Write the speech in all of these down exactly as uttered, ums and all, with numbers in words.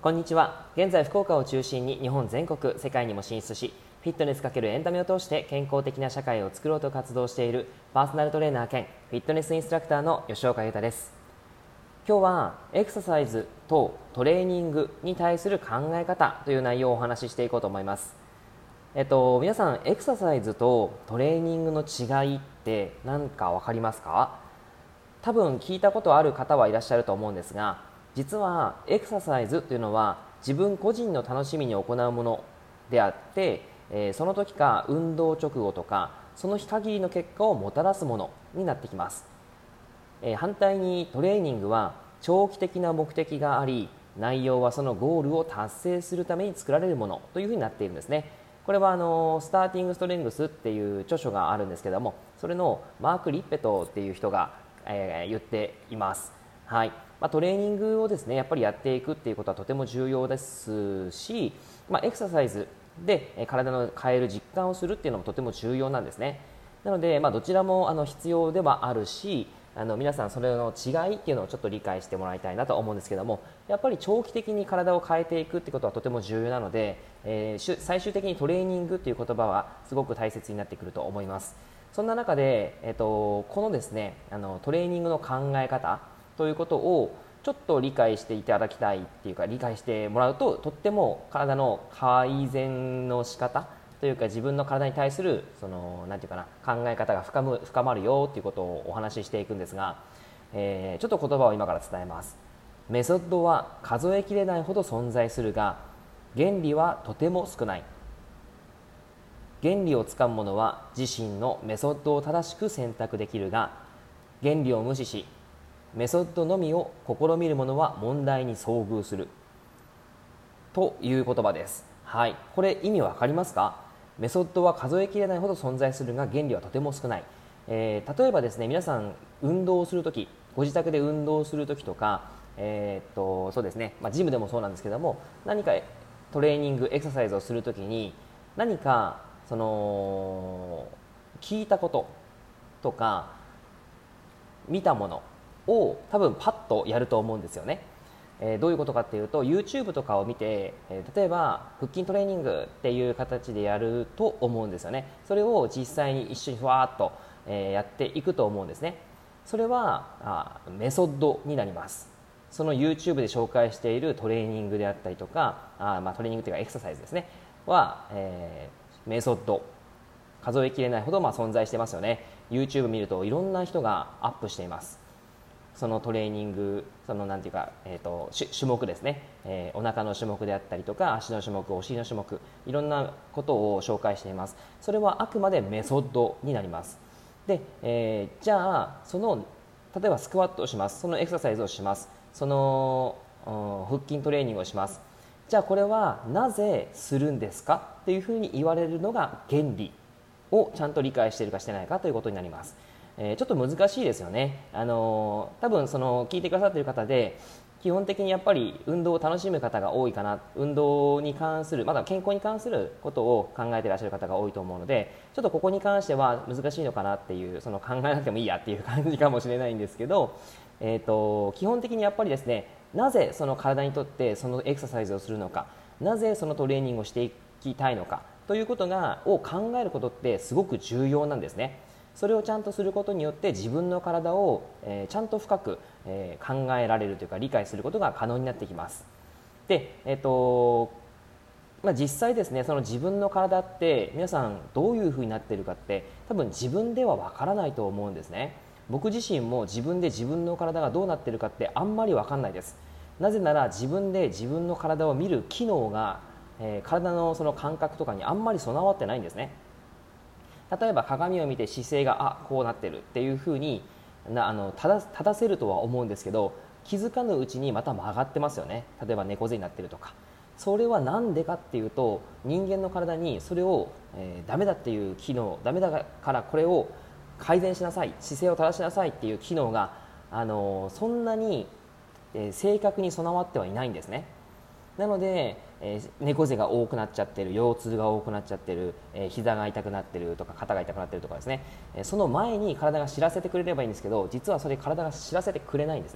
こんにちは。現在福岡を中心に日本全国、世界にも進出し、フィットネス×エンタメを通して健康的な社会を作ろうと活動しているパーソナルトレーナー兼フィットネスインストラクターの吉岡裕太です。今日はエクササイズとトレーニングに対する考え方という内容をお話ししていこうと思います。えっと、皆さんエクササイズとトレーニングの違いって何か分かりますか？多分聞いたことある方はいらっしゃると思うんですが、実はエクササイズというのは自分個人の楽しみに行うものであって、えー、その時か運動直後とかその日限りの結果をもたらすものになってきます。えー、反対にトレーニングは長期的な目的があり、内容はそのゴールを達成するために作られるものというふうになっているんですね。これはあのスターティングストレングスっていう著書があるんですけども、それのマーク・リッペトっていう人が、えー、言っています。はい。まあ、トレーニングをですねやっぱりやっていくっていうことはとても重要ですし、まあ、エクササイズで体の変える実感をするっていうのもとても重要なんですね。なので、まあ、どちらもあの必要ではあるし、あの皆さんそれの違いっていうのをちょっと理解してもらいたいなと思うんですけども、やっぱり長期的に体を変えていくってことはとても重要なので、えー、最終的にトレーニングっていう言葉はすごく大切になってくると思います。そんな中で、えーと、このですねあのトレーニングの考え方ということをちょっと理解していただきたいっていうか、理解してもらうととっても体の改善の仕方というか、自分の体に対するそのなんていうかな考え方が深む深まるよということをお話ししていくんですが、えー、ちょっと言葉を今から伝えます。メソッドは数えきれないほど存在するが、原理はとても少ない。原理をつかむ者は自身のメソッドを正しく選択できるが、原理を無視しメソッドのみを試みる者は問題に遭遇するという言葉です。はい、これ意味わかりますか？メソッドは数えきれないほど存在するが原理はとても少ない。えー、例えばですね、皆さん運動をするとき、ご自宅で運動するときとか、えー、っとそうですね、まあ、ジムでもそうなんですけども、何かトレーニングエクササイズをするときに何かその聞いたこととか見たものを多分パッとやると思うんですよね。えー、どういうことかっていうと YouTube とかを見て、えー、例えば腹筋トレーニングっていう形でやると思うんですよね。それを実際に一緒にふわーっと、えー、やっていくと思うんですね。それはあメソッドになります。その YouTube で紹介しているトレーニングであったりとか、あ、まあ、トレーニングというかエクササイズですねは、えー、メソッド数えきれないほどまあ存在してますよね。 YouTube 見るといろんな人がアップしています。そのトレーニング、そのなんていうか、えーと、種目ですね、えー、お腹の種目であったりとか足の種目、お尻の種目、いろんなことを紹介しています。それはあくまでメソッドになります。で、えー、じゃあその例えばスクワットをします、そのエクササイズをします、その、うん、腹筋トレーニングをします。じゃあこれはなぜするんですかっていうふうに言われるのが原理をちゃんと理解しているかしてないかということになります。えー、ちょっと難しいですよね。あのー、多分その聞いてくださっている方で基本的にやっぱり運動を楽しむ方が多いかな、運動に関するまだ健康に関することを考えていらっしゃる方が多いと思うので、ちょっとここに関しては難しいのかなっていう、その考えなくてもいいやっていう感じかもしれないんですけど、えーと、基本的にやっぱりですね、なぜその体にとってそのエクササイズをするのか、なぜそのトレーニングをしていきたいのかということがを考えることってすごく重要なんですね。それをちゃんとすることによって自分の体を、えー、ちゃんと深く、えー、考えられるというか理解することが可能になってきます。で、えーとまあ、実際ですね、その自分の体って皆さんどういうふうになっているかって多分自分ではわからないと思うんですね。僕自身も自分で自分の体がどうなっているかってあんまりわかんないです。なぜなら自分で自分の体を見る機能が、えー、体のその感覚とかにあんまり備わってないんですね。例えば鏡を見て姿勢があこうなってるっていうふうになあの正正せるとは思うんですけど、気づかぬうちにまた曲がってますよね。例えば猫背になってるとか。それは何でかっていうと、人間の体にそれを、えー、ダメだっていう機能、ダメだからこれを改善しなさい、姿勢を正しなさいっていう機能が、あのー、そんなに、えー、正確に備わってはいないんですね。なので、えー、猫背が多くなっちゃってる、腰痛が多くなっちゃってる、えー、膝が痛くなってるとか肩が痛くなってるとかですね、えー、その前に体が知らせてくれればいいんですけど、実はそれ体が知らせてくれないんですね。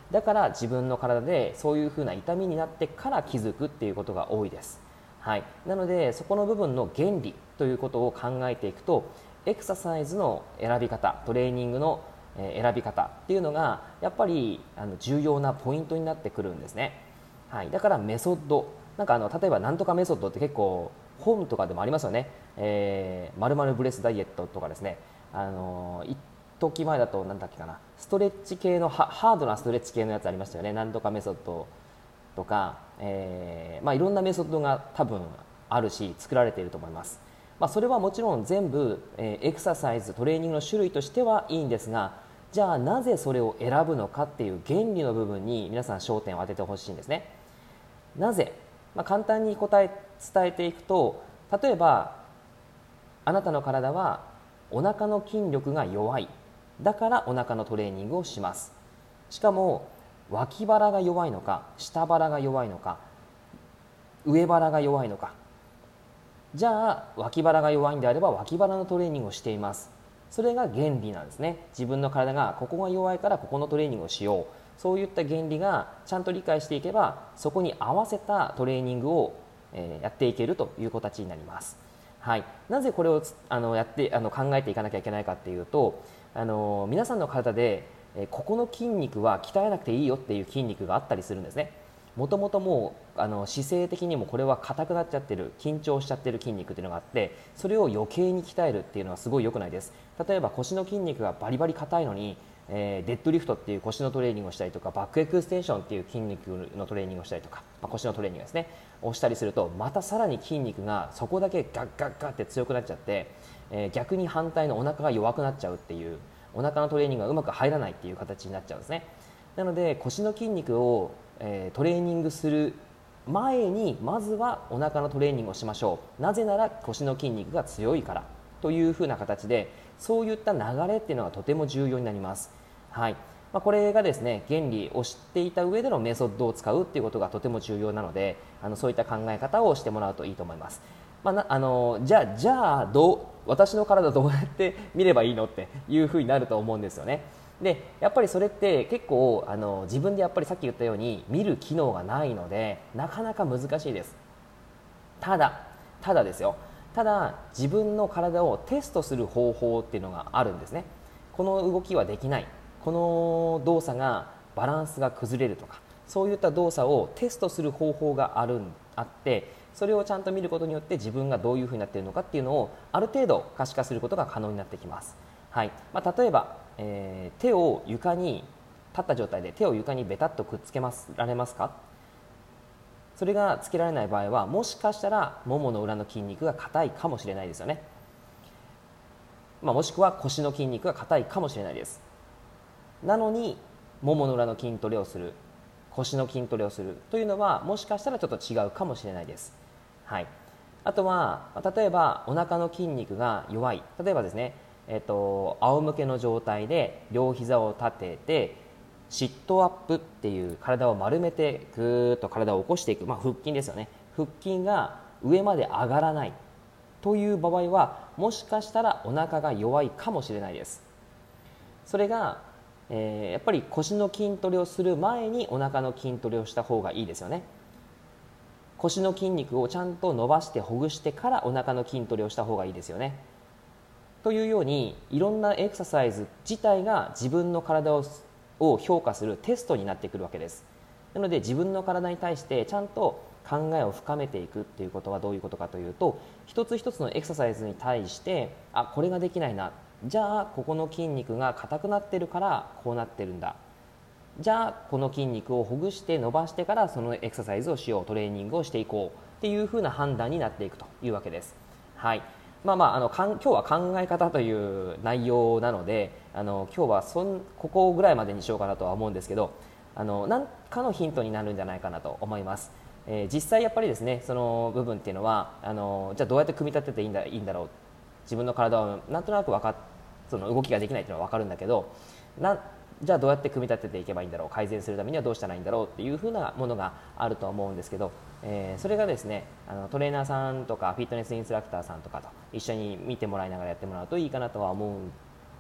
だから自分の体でそういうふうな痛みになってから気づくっていうことが多いです。はい、なのでそこの部分の原理ということを考えていくと、エクササイズの選び方、トレーニングの選び方っていうのがやっぱりあの重要なポイントになってくるんですね。はい、だからメソッド、なんかあの例えばなんとかメソッドって結構本とかでもありますよね。えー、〇〇ブレスダイエットとかですね、あの一時前だとなんだっけかな、ストレッチ系のハードなストレッチ系のやつありましたよね。なんとかメソッドとか、えーまあ、いろんなメソッドが多分あるし作られていると思います。まあ、それはもちろん全部、えー、エクササイズトレーニングの種類としてはいいんですが、じゃあなぜそれを選ぶのかっていう原理の部分に皆さん焦点を当ててほしいんですね。なぜ、まあ、簡単に答え伝えていくと、例えばあなたの体はお腹の筋力が弱い、だからお腹のトレーニングをします。しかも脇腹が弱いのか下腹が弱いのか上腹が弱いのか、じゃあ脇腹が弱いんであれば脇腹のトレーニングをしています。それが原理なんですね。自分の体がここが弱いからここのトレーニングをしよう、そういった原理がちゃんと理解していけば、そこに合わせたトレーニングを、えー、やっていけるという形になります。はい、なぜこれをあのやってあの考えていかなきゃいけないかっていうと、あの皆さんの体でここの筋肉は鍛えなくていいよっていう筋肉があったりするんですね。もともともうあの姿勢的にもこれは硬くなっちゃってる、緊張しちゃってる筋肉っていうのがあって、それを余計に鍛えるっていうのはすごい良くないです。例えば腰の筋肉がバリバリ硬いのに、えー、デッドリフトっていう腰のトレーニングをしたりとか、バックエクステンションっていう筋肉のトレーニングをしたりとか、まあ、腰のトレーニングですねをしたりすると、またさらに筋肉がそこだけガッガッガッって強くなっちゃって、えー、逆に反対のお腹が弱くなっちゃうっていう、お腹のトレーニングがうまく入らないっていう形になっちゃうんですね。なので腰の筋肉を、えー、トレーニングする前にまずはお腹のトレーニングをしましょう。なぜなら腰の筋肉が強いからというふうな形で、そういった流れっていうのがとても重要になります。はい、まあ、これがですね、原理を知っていた上でのメソッドを使うっていうことがとても重要なので、あのそういった考え方をしてもらうといいと思います。まあ、なあのじゃあじゃあどう私の体どうやって見ればいいのっていうふうになると思うんですよね。でやっぱりそれって結構あの自分でやっぱりさっき言ったように見る機能がないのでなかなか難しいです。ただただですよ、ただ自分の体をテストする方法っていうのがあるんですね。この動きはできない、この動作がバランスが崩れるとか、そういった動作をテストする方法があるあって、それをちゃんと見ることによって自分がどういうふうになっているのかっていうのをある程度可視化することが可能になってきます。はい、まあ、例えば、えー、手を床に立った状態で手を床にベタっとくっつけますられますか。それがつけられない場合はもしかしたらももの裏の筋肉が硬いかもしれないですよね。まあ、もしくは腰の筋肉が硬いかもしれないです。なのにももの裏の筋トレをする、腰の筋トレをするというのはもしかしたらちょっと違うかもしれないです。はい、あとは例えばお腹の筋肉が弱い、例えばですね、えーと、仰向けの状態で両膝を立ててシットアップっていう体を丸めてぐーっと体を起こしていく、まあ、腹筋ですよね。腹筋が上まで上がらないという場合はもしかしたらお腹が弱いかもしれないです。それが、えー、やっぱり腰の筋トレをする前にお腹の筋トレをした方がいいですよね。腰の筋肉をちゃんと伸ばしてほぐしてからお腹の筋トレをした方がいいですよね。というようにいろんなエクササイズ自体が自分の体をを評価するテストになってくるわけです。なので自分の体に対してちゃんと考えを深めていくっていうことはどういうことかというと、一つ一つのエクササイズに対してあこれができないな、じゃあここの筋肉が硬くなってるからこうなってるんだ、じゃあこの筋肉をほぐして伸ばしてからそのエクササイズをしよう、トレーニングをしていこうっていうふうな判断になっていくというわけです。はい、まあまあ、あのかん今日は考え方という内容なので、あの今日はそんここぐらいまでにしようかなとは思うんですけど、あの何かのヒントになるんじゃないかなと思います。えー、実際やっぱりですね、その部分っていうのはあのじゃあどうやって組み立てていいんだいいんだろう、自分の体はなんとなく分かっその動きができないっていうのは分かるんだけど、なじゃあどうやって組み立てていけばいいんだろう、改善するためにはどうしたらいいんだろうっていうふうなものがあると思うんですけど、えー、それがですね、あのトレーナーさんとかフィットネスインストラクターさんとかと一緒に見てもらいながらやってもらうといいかなとは思うん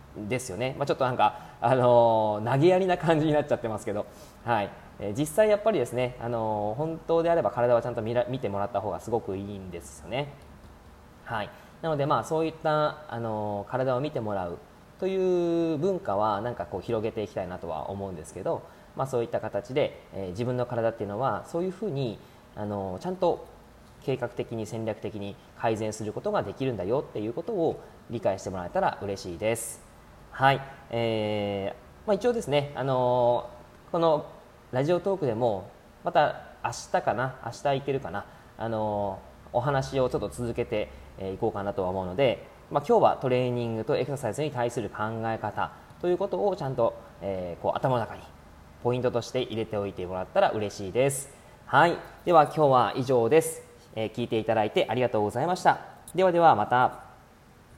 ですよね。まあ、ちょっとなんか、あのー投げやりな感じになっちゃってますけど、はい、えー実際やっぱりですね、あのー本当であれば体はちゃんと見ら見てもらった方がすごくいいんですよね。はい、なのでまあそういった、あのー体を見てもらうという文化はなんかこう広げていきたいなとは思うんですけど、まあ、そういった形で、えー自分の体っていうのはそういうふうに、あのーちゃんと計画的に戦略的に改善することができるんだよっていうことを理解してもらえたら嬉しいです。はい、えーまあ、一応ですね、あのーこのラジオトークでもまた明日かな明日いけるかな、あのーお話をちょっと続けてい、えー、こうかなとは思うので、まあ、今日はトレーニングとエクササイズに対する考え方ということをちゃんと、えーこう頭の中にポイントとして入れておいてもらったら嬉しいです。はい、では今日は以上です。えー聞いていただいてありがとうございました。ではではまた。